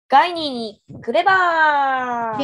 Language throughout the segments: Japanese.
ガイニーにクレバー。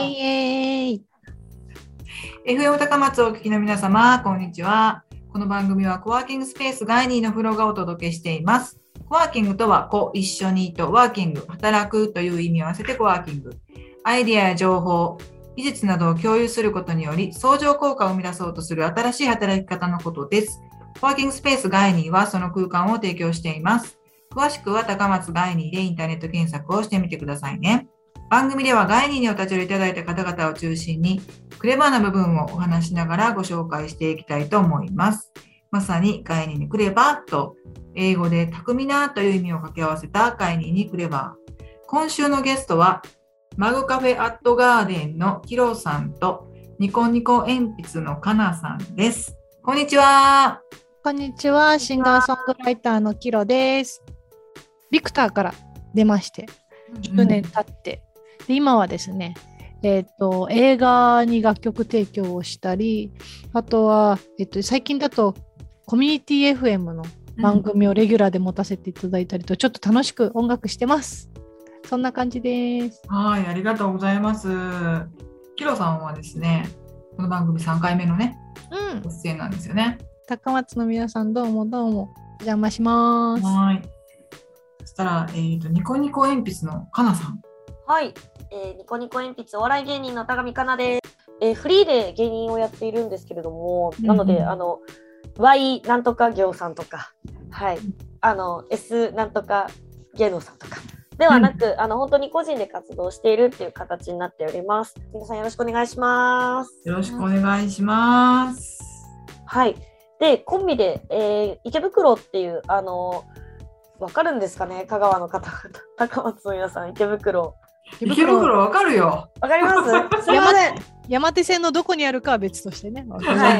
FM 高松をお聞きの皆様、こんにちは。この番組はコワーキングスペースガイニーのフロがお届けしています。コワーキングとは、一緒にとワーキング、働くという意味を合わせてコワーキング。アイデアや情報、技術などを共有することにより、相乗効果を生み出そうとする新しい働き方のことです。コワーキングスペースガイニーはその空間を提供しています。詳しくは高松ガイニーでインターネット検索をしてみてくださいね。番組ではガイニーにお立ち寄りいただいた方々を中心にクレバーな部分をお話しながらご紹介していきたいと思います。まさにガイニーにクレバーと英語で巧みなという意味を掛け合わせたガイニーにクレバー。今週のゲストはマグカフェアットガーデンのキロさんとニコニコ鉛筆のカナさんです。こんにちは。 こんにちは。シンガーソングライターのキロです。ビクターから出まして10年経って、で今はですね、映画に楽曲提供をしたり、あとは、最近だとコミュニティ FM の番組をレギュラーで持たせていただいたりと、ちょっと楽しく音楽してます。そんな感じです。 はい、ありがとうございます。キロさんはですね、この番組3回目のね、ご出演なんですよね。 高松の皆さん、どうもお邪魔します。 はい。そしたら、ニコニコ鉛筆のかなさん。 はい、ニコニコ鉛筆お笑い芸人の田上かなです。フリーで芸人をやっているんですけれども、なのでY なんとか業さんとか、はい、S なんとか芸能さんとかではなく、本当に個人で活動しているっていう形になっております。皆さんよろしくお願いします。 よろしくお願いします。 はい。で、コンビで、池袋っていうわかるんですかね、香川の方々。高松の皆さん、池袋わかるよ。 わかりますすいません。 山手線のどこにあるかは別としてね。 はい。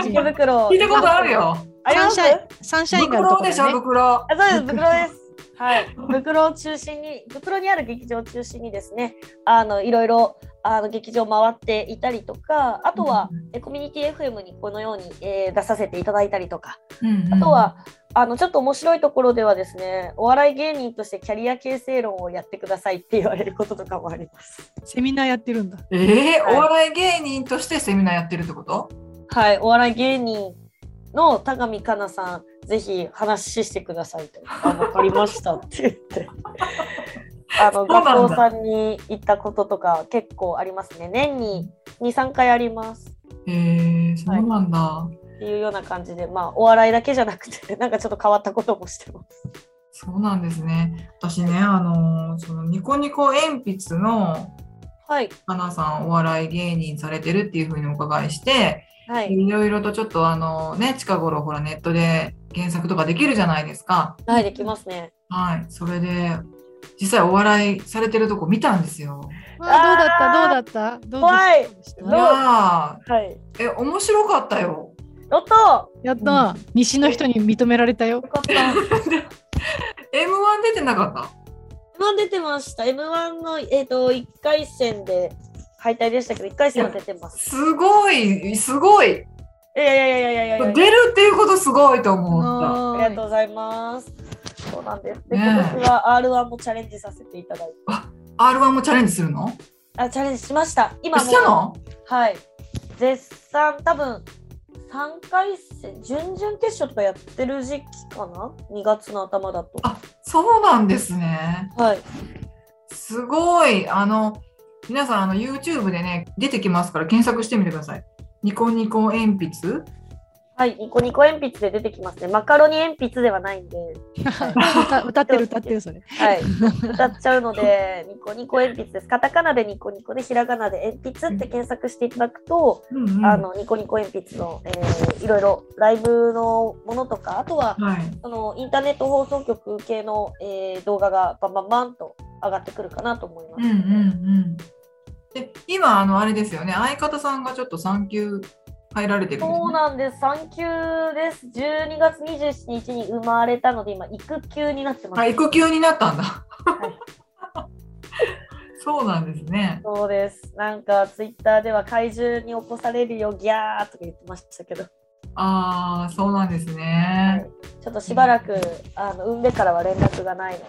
池袋。 聞いたことあるよ。 サンシャインがあるところ、ね。 袋でしょ、袋。 そうです、袋です。はい。袋を中心に、袋にある劇場を中心にですね、いろいろ劇場回っていたりとか、あとは、コミュニティ FM にこのように、出させていただいたりとか、あとはちょっと面白いところではですね、お笑い芸人としてキャリア形成論をやってくださいって言われることとかもあります。 セミナーやってるんだ。 はい、お笑い芸人としてセミナーやってるってこと？ はい、お笑い芸人の田上かなさん、ぜひ話してくださいと。わかりましたって言って。学校さんに行ったこととか結構ありますね。年に2、3回あります。 そうなんだ。 はい、っていうような感じで、お笑いだけじゃなくて、なんかちょっと変わったこともしてます。 そうなんですね。私ね、そのニコニコ鉛筆のかなさん、お笑い芸人されてるっていうふうにお伺いして、はい、いろいろとちょっと近頃ほらネットで検索とかできるじゃないですか。 はい、できますね。 はい、それで実際お笑いされてるとこ見たんですよ。 どうだった怖い。 はい。面白かったよ。 やった、 西の人に認められたよ。 よかった。 M1 出てなかった？ M1 出てました。M1 の1回戦で敗退でしたけど、1回戦は出てます。 すごい。いや出るっていうことすごいと思った。 ありがとうございます。そうなんです。で、今年は R1 もチャレンジさせていただいて。 R1 もチャレンジするの？ チャレンジしました。 今もしたの？ はい。絶賛多分3回戦、準々決勝とかやってる時期かな？ 2 月の頭だと。 そうなんですね。 はい。 すごい。皆さんYouTube でね、出てきますから検索してみてください。ニコニコ鉛筆？ はい、ニコニコ鉛筆で出てきますね。マカロニ鉛筆ではないんで。 はい、歌ってるそれ。 はい。歌っちゃうので、ニコニコ鉛筆です。カタカナでニコニコで、ひらがなで鉛筆って検索していただくと、ニコニコ鉛筆の、いろいろライブのものとか、あとは、インターネット放送局系の、動画がバンと上がってくるかなと思います。 で、今あれですよね。相方さんがちょっと産休入られてるんですね。 そうなんです。産休です。12月27日に生まれたので、今育休になってます。 育休になったんだ。はい、そうなんですね。 そうです。なんかツイッターでは怪獣に起こされるよギャーとか言ってましたけど。 そうなんですね。 はい、ちょっとしばらく産んでからは連絡がないので、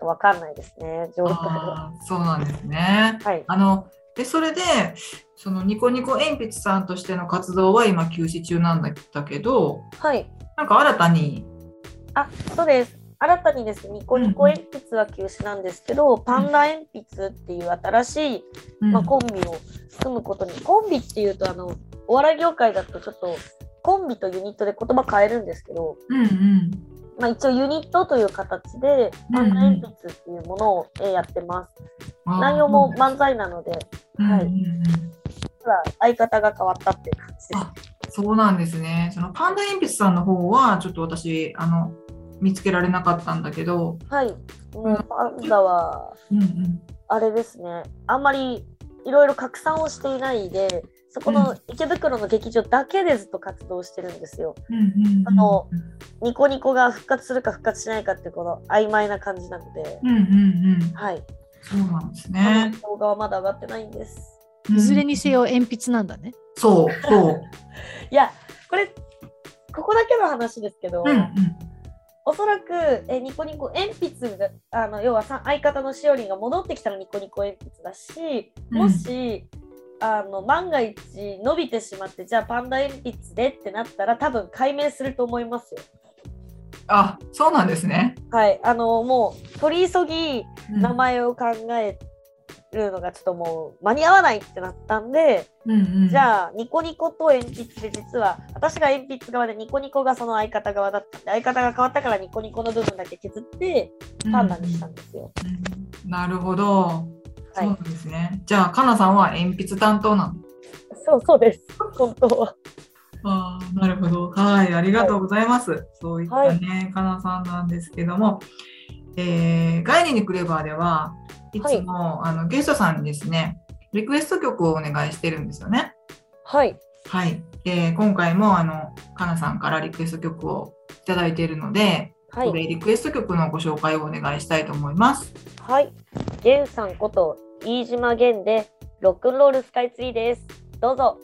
と分かんないですね、状態は。 そうなんですね。 はい、 でそれでそのニコニコ鉛筆さんとしての活動は今休止中なんだけど、 はい、 なんか新たに。 そうです。新たにですね、ニコニコ鉛筆は休止なんですけど、パンダ鉛筆っていう新しい、コンビを組むことに、コンビっていうとお笑い業界だとちょっとコンビとユニットで言葉変えるんですけど、一応ユニットという形でパンダ鉛筆っていうものをやってます。内容も漫才なので、はい。ただ相方が変わったっていう感じです。 そうなんですね。そのパンダ鉛筆さんの方はちょっと私見つけられなかったんだけど、 はい。もうパンダはあれですね。あんまりいろいろ拡散をしていないで。そこの池袋の劇場だけでずっと活動してるんですよ。ニコニコが復活するか復活しないかっていうこの曖昧な感じなので、はい。 そうなんですね。 動画はまだ上がってないんです。 いずれにせよ鉛筆なんだね。 そう。 いや、ここだけの話ですけど、おそらくニコニコ鉛筆が要は相方のしおりんが戻ってきたらニコニコ鉛筆だし、もし万が一伸びてしまってじゃあパンダ鉛筆でってなったら多分解明すると思いますよ。 そうなんですね。 はい、もう取り急ぎ名前を考えるのがちょっともう間に合わないってなったんで、じゃあニコニコと鉛筆で実は私が鉛筆側でニコニコがその相方側だったんで、相方が変わったからニコニコの部分だけ削ってパンダにしたんですよ。 なるほど。そうですね。じゃあかなさんは鉛筆担当なの？ そうです。本当は。 なるほど。はい、ありがとうございます。そういったね、かなさんなんですけども、ガイニーにクレバーではいつも、ゲストさんにですね、リクエスト曲をお願いしてるんですよね。 はい。 はい。今回もかなさんからリクエスト曲をいただいているので、ここでリクエスト曲のご紹介をお願いしたいと思います。 はい。ゲンさんこと飯島ゲンでロックンロールスカイツリーです。どうぞ。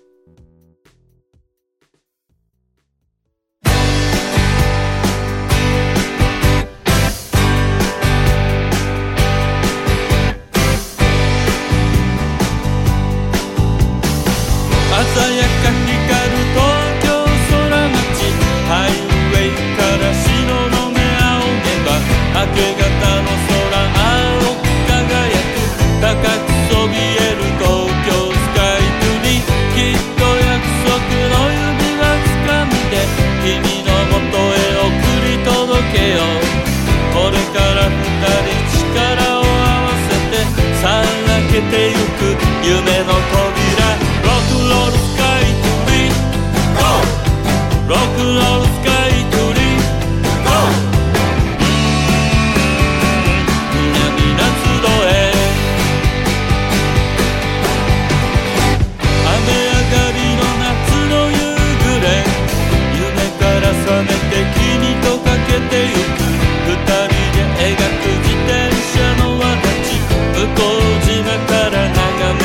鮮やか光る東京空町、ハイウェイから白の目青げば明け方の空青く輝く、高くそびえる東京スカイツリー、きっと約束の指輪掴んで君のもとへ送り届けよう。これから二人力を合わせてさらけてゆく夢の扉、ロックンロールスカイツリー GO! ロックンロールスカイツリー GO! 南夏度へ雨上がりの夏の夕暮れ、夢から覚めて君とかけてゆく、二人で描く自転車の輪立ち、向こう島から眺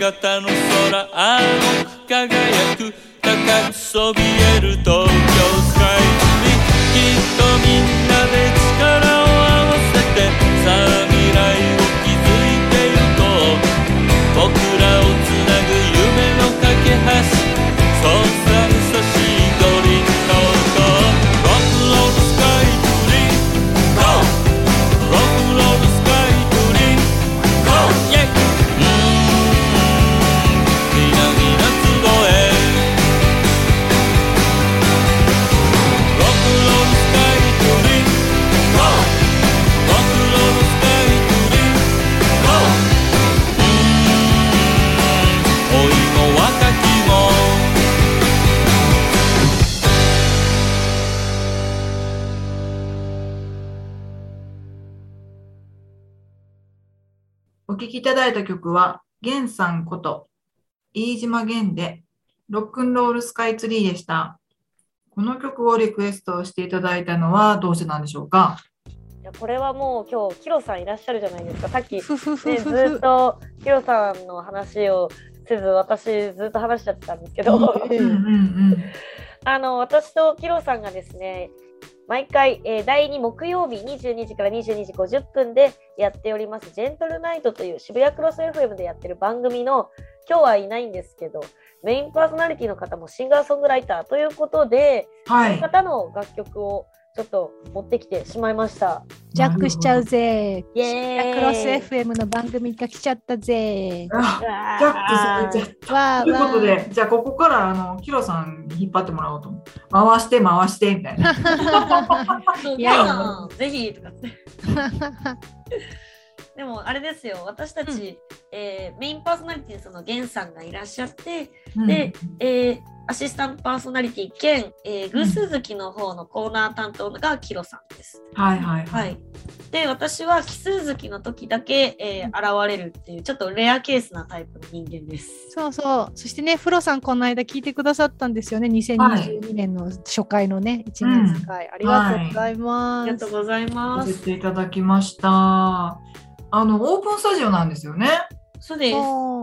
型の空青く輝く高くそびえる東京スカイツリーきっとみんなで力を合わせてさあ未来を築いてゆこう僕らをつなぐ夢の架け橋そうさ武蔵五輪の音ロックロールスカイツリー GO ロックロールスカイツリー GO イェイみなみな集えロックロールスカイツリー GO ロックロールスカイツリー GO 老いも若きもお聴きいただいた曲は、源さんこと飯島源でロックンロールスカイツリーでした。この曲をリクエストしていただいたのはどうしてなんでしょうか？ いやこれはもう今日キロさんいらっしゃるじゃないですか。さっき、ね、 ふふふふずっとキロさんの話をせず私ずっと話しちゃってたんですけど私とキロさんがですね毎回、第2木曜日22時から22時50分でやっておりますジェントルナイトという渋谷クロス FM でやってる番組の今日はいないんですけどメインパーソナリティの方もシンガーソングライターということで、 はい、 その方の楽曲をちょっと持ってきてしまいました。 ジャックしちゃうぜ。 イエーイクロス FM の番組が来ちゃったぜ。 ジャックされちゃったわーということで、じゃあここからキロさんに引っ張ってもらおうと思う。回して回してみたいな。 いやぜひとかってでもあれですよ私たち、メインパーソナリティにその源さんがいらっしゃって、で、アシスタントパーソナリティ兼、偶数月の方のコーナー担当がキロさんです。 はいはいはい。 で私は奇数月の時だけ、現れるっていうちょっとレアケースなタイプの人間です。 そうそう。そしてねフロさんこの間聞いてくださったんですよね。2022年の初回のね1月会、ありがとうございます。 ありがとうございます。 させていただきました。オープンスタジオなんですよね。 そうです。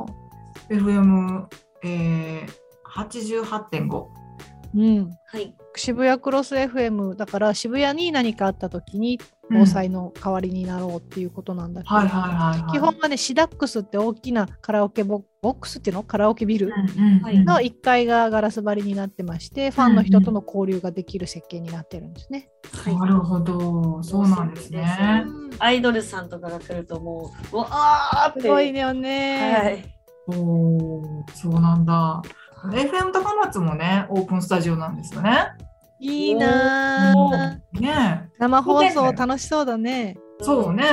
FM、88.5。 はい。 渋谷クロス FM だから渋谷に何かあった時に防災の代わりになろうっていうことなんだけど、基本はねシダックスって大きなカラオケボックスっていうのカラオケビルの1階がガラス張りになってまして、ファンの人との交流ができる設計になってるんですね。 なるほど、そうなんですね。 アイドルさんとかが来るともうわーってすごいよね。 そうなんだ。FM 高松もねオープンスタジオなんですよね。 いいなー、ね、生放送楽しそうだね。 そうね、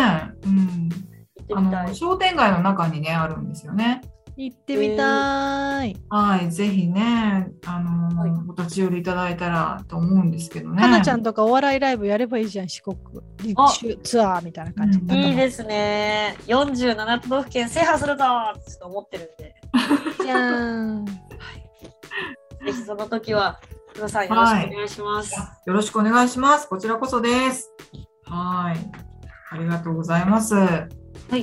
商店街の中にねあるんですよね。 行ってみたい。 はい、ぜひねお立ち寄りいただいたらと思うんですけどね。 かなちゃんとかお笑いライブやればいいじゃん。四国ツアーみたいな感じ、 いいですね。47都道府県制覇するぞってちょっと思ってるんでじゃん、 ぜひその時は黒田さんよろしくお願いします。 よろしくお願いします。こちらこそです。はい、ありがとうございます。はい。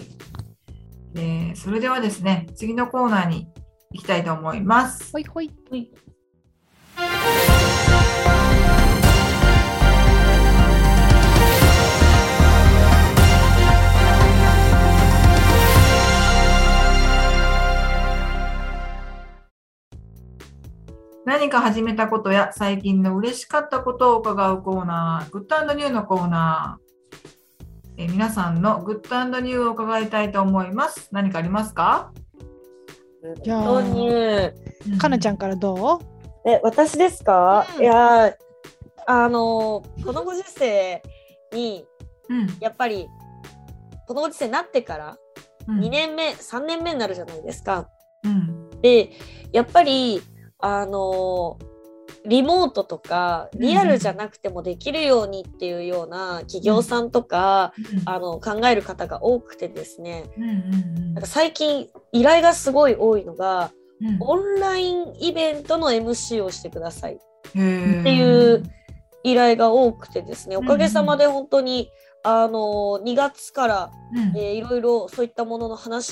それではですね、次のコーナーに行きたいと思います。 ほいほいほい。 何か始めたことや最近の嬉しかったことを伺うコーナー、グッド&ニューのコーナー。皆さんのグッド&ニューを伺いたいと思います。何かありますか？ じゃあ、かなちゃんからどう？ 私ですか？いやこのご時世に、やっぱりこのご時世になってから2年目、3年目になるじゃないですか。で、やっぱりリモートとかリアルじゃなくてもできるようにっていうような企業さんとか、考える方が多くてですね、なんか最近依頼がすごい多いのが、オンラインイベントの MC をしてくださいっていう依頼が多くてですね、おかげさまで本当に2月から、いろいろそういったものの話が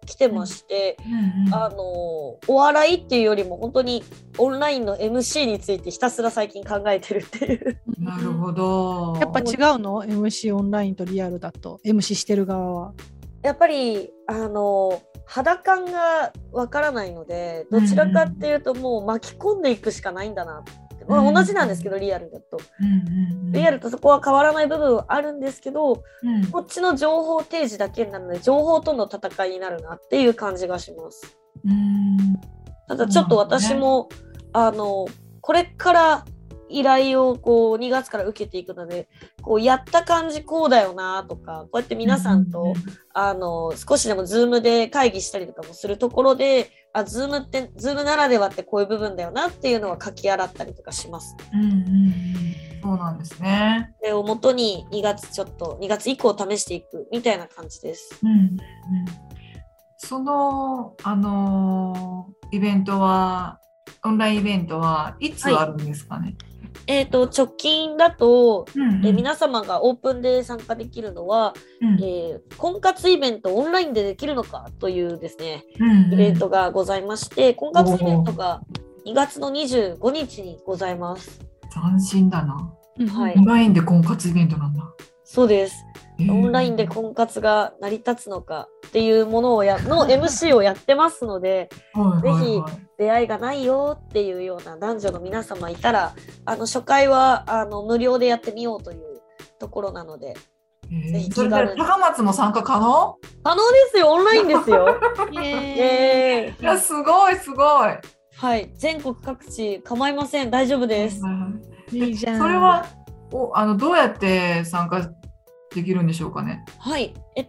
来てまして、 うんうんお笑いっていうよりも本当にオンラインの MC についてひたすら最近考えてるっていう。 なるほど。 やっぱ違うの MC オンラインとリアルだと MC してる側は。 やっぱり肌感がわからないので、どちらかっていうともう巻き込んでいくしかないんだなって、まあ、同じなんですけどリアルだと、リアルとそこは変わらない部分はあるんですけど、こっちの情報提示だけになるので情報との戦いになるなっていう感じがします。ただちょっと私も、これから依頼をこう2月から受けていくので、こうやった感じこうだよなとか、こうやって皆さんと、少しでもズームで会議したりとかもするところで、ズームならではってこういう部分だよなっていうのは書き洗ったりとかします。 そうなんですね。 でを元に2月以降試していくみたいな感じです。 そのイベントはオンラインイベントはいつあるんですかね。 直近だと、皆様がオープンで参加できるのは、婚活イベントオンラインでできるのかというですね、イベントがございまして、婚活イベントが2月の25日にございます。 斬新だな。 はい、 オンラインで婚活イベントなんだ。 そうです。オンラインで婚活が成り立つのかっていうもののMC をやってますので、ぜひ出会いがないよっていうような男女の皆様いたら、初回は無料でやってみようというところなので、ぜひそれで高松も参加可能？ 可能ですよ、オンラインですよ。 イエーイ。 いやすごいすごい。 はい、全国各地構いません、大丈夫です。 いいじゃん。 それはどうやって参加できるんでしょうかね。 はい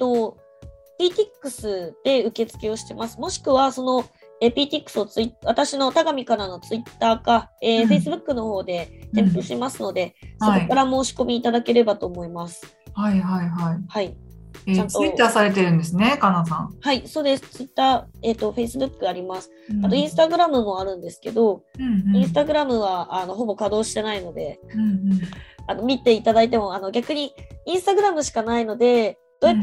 、PTX で受付をしてます。もしくはそのPTX を私の田上からのツイッターか、Facebook の方で添付しますので、そこから申し込みいただければと思います。 はいはいはい。 はい。 ツイッターされてるんですね、かなさん。 はい、そうです。ツイッター、Facebook あります。あとインスタグラムもあるんですけど、インスタグラムはほぼ稼働してないので、見ていただいても逆にインスタグラムしかないので、どうやって、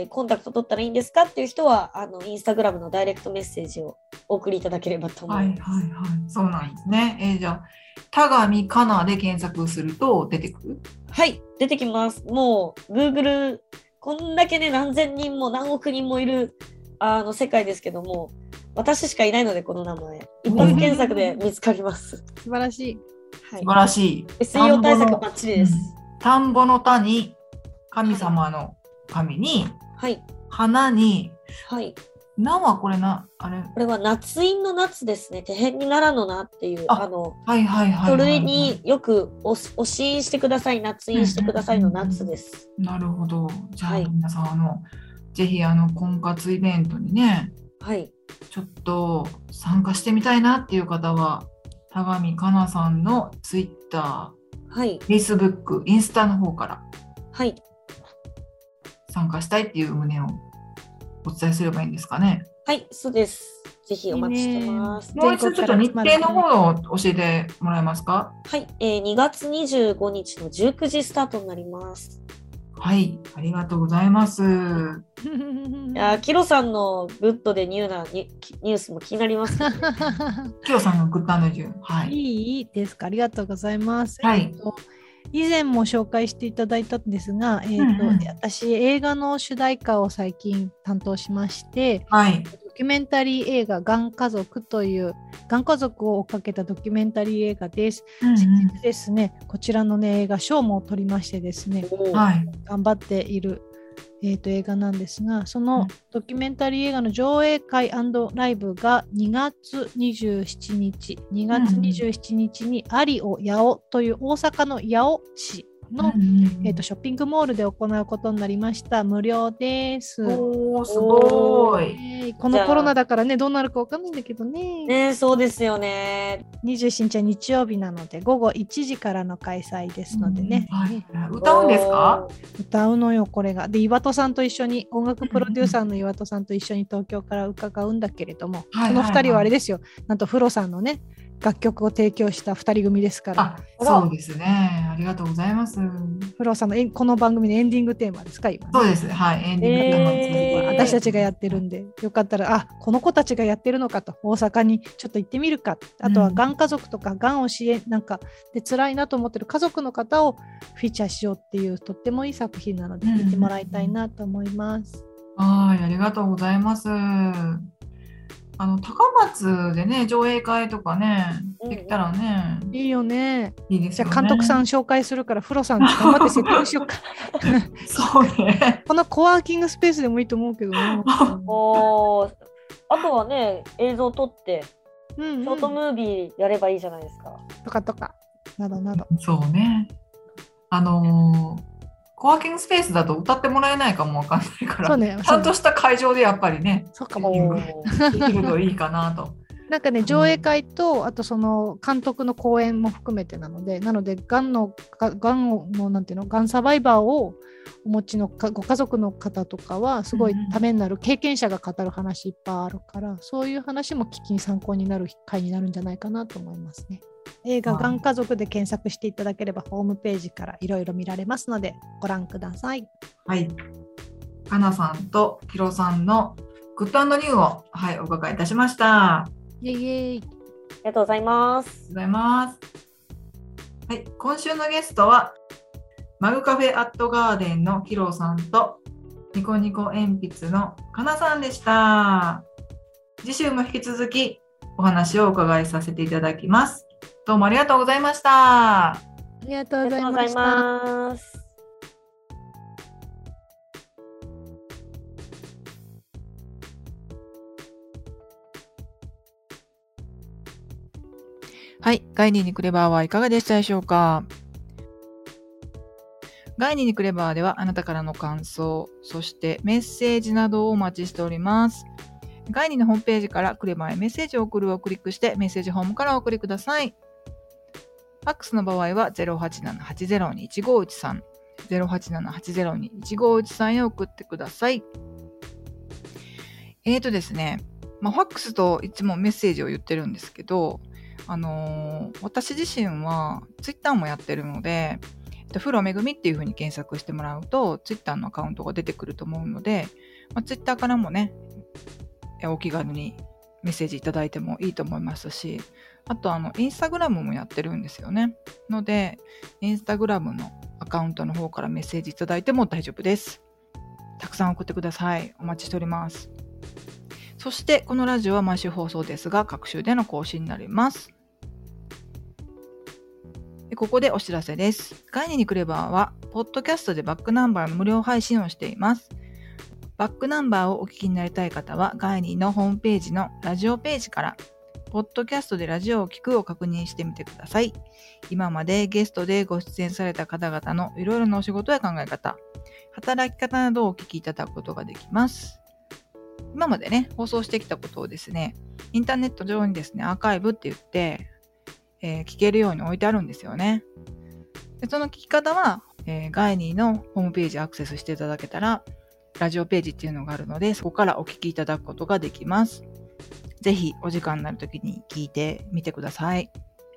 コンタクト取ったらいいんですかっていう人はインスタグラムのダイレクトメッセージをお送りいただければと思います。 はいはいはい、そうなんですね。じゃあ田上かなで検索すると出てくる？ はい、出てきます。もう Google こんだけね、何千人も何億人もいる世界ですけども、私しかいないのでこの名前一発検索で見つかります。 素晴らしい。 はい、素晴らしい。 SEO 対策バッチリです。 田んぼの田に神様の神に、 はい、 花に、 はい、 菜はこれこれは夏印の夏ですね。手辺にならのなっていうはいはいはい、 書類によく押し印してください、夏印してくださいの夏です。 なるほど。じゃあ、皆さんぜひ婚活イベントにね、 はい、 ちょっと参加してみたいなっていう方は田上かなさんのツイッター、 はい、 Facebook、インスタの方から、 はい、 参加したいっていう旨をお伝えすればいいんですかね。 はい、そうです。ぜひお待ちしてます。 もう一度ちょっと日程の方を教えてもらえますか。 はい、2月25日の19時スタートになります。 はい、ありがとうございます。 いや、キロさんのグッドでニュースも気になります、ね。 キロさんのグッドニュース、はい。 いいですか。ありがとうございます。 はい。 以前も紹介していただいたんですが、私映画の主題歌を最近担当しまして、 はい、 ドキュメンタリー映画がん家族というがん家族を追っかけたドキュメンタリー映画です。先日ですね、こちらの、ね、映画賞も取りましてですね、 はい、 頑張っている、映画なんですが、そのドキュメンタリー映画の上映会&ライブが2月27日に有尾八尾という大阪の八尾市の、ショッピングモールで行うことになりました。無料です。 おー、すごい。 このコロナだからね、どうなるかわかんないんだけどね。 ね、そうですよね。 27日は日曜日なので午後1時からの開催ですのでね。 歌うんですか？ 歌うのよ、これが。で、岩戸さんと一緒に、音楽プロデューサーの岩戸さんと一緒に東京から伺うんだけれども、その2人はあれですよ、なんとフロさんのね、 楽曲を提供した2人組ですから。 そうですね。ありがとうございます。 フローさんのこの番組のエンディングテーマですか今、ね。 そうです。はい。エンディングテーマ、 私たちがやってるんで、よかったらこの子たちがやってるのかと、大阪にちょっと行ってみるか。あとはがん家族とかがんを支援なんかで辛いなと思ってる家族の方をフィーチャーしようっていうとってもいい作品なので見てもらいたいなと思います。 はい、ありがとうございます。高松でね、上映会とかね、できたらね。 いいよね。 いいですよね。 じゃあ監督さん紹介するから、フロさん頑張ってセッティングしようか。 そうね。 このコワーキングスペースでもいいと思うけどね。 あとはね、映像撮って、ショートムービーやればいいじゃないですか。 とか、などなど。 そうね。コワーキングスペースだと歌ってもらえないかもわかんないから、そうね、ちゃんとした会場でやっぱりね、 そうかもできるといいかなと。 なんかね、上映会と、あとその監督の講演も含めてなので、がんのなんていうの、がんサバイバーをお持ちのご家族の方とかは、すごいためになる、経験者が語る話いっぱいあるから、そういう話も聞きに参考になる会になるんじゃないかなと思いますね。映画がん家族で検索していただければホームページからいろいろ見られますのでご覧ください。 はい。かなさんとひろさんのグッド&ニューを、はい、お伺いいたしました。 イエイイエイ。 ありがとうございます。 ありがとうございます。はい、今週のゲストはマグカフェアットガーデンのひろさんとニコニコ鉛筆のかなさんでした。次週も引き続きお話をお伺いさせていただきます。どうもありがとうございました。 ありがとうございました。 はい、ガイニーにクレバーはいかがでしたでしょうか。ガイニーにクレバーではあなたからの感想、そしてメッセージなどをお待ちしております。ガイニーのホームページからクレバーへメッセージを送るをクリックしてメッセージフォームからお送りください。ファックスの場合は 087-802-1513 087-802-1513 へ送ってください。ですね、ファックスといつもメッセージを言ってるんですけど、私自身はツイッターもやってるので、フロめぐみっていう風に検索してもらうとツイッターのアカウントが出てくると思うので、ツイッターからもね、お気軽にメッセージいただいてもいいと思いますし、あとインスタグラムもやってるんですよね。ので、インスタグラムのアカウントの方からメッセージいただいても大丈夫です。たくさん送ってください。お待ちしております。そして、このラジオは毎週放送ですが、各週での更新になります。ここでお知らせです。ガイニーにクレバーは、ポッドキャストでバックナンバーの無料配信をしています。バックナンバーをお聞きになりたい方は、ガイニーのホームページのラジオページから、ポッドキャストでラジオを聞くを確認してみてください。今までゲストでご出演された方々のいろいろなお仕事や考え方、働き方などをお聞きいただくことができます。今までね、放送してきたことをですね、インターネット上にですね、アーカイブって言って、聞けるように置いてあるんですよね。でその聞き方は、ガイニーのホームページアクセスしていただけたら、ラジオページっていうのがあるので、そこからお聞きいただくことができます。ぜひお時間になるときに聞いてみてください。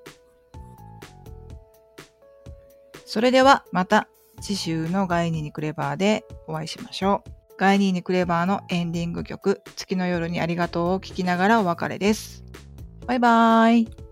それではまた次週のガイニーにクレバーでお会いしましょう。ガイニーにクレバーのエンディング曲、月の夜にありがとうを聞きながらお別れです。バイバーイ。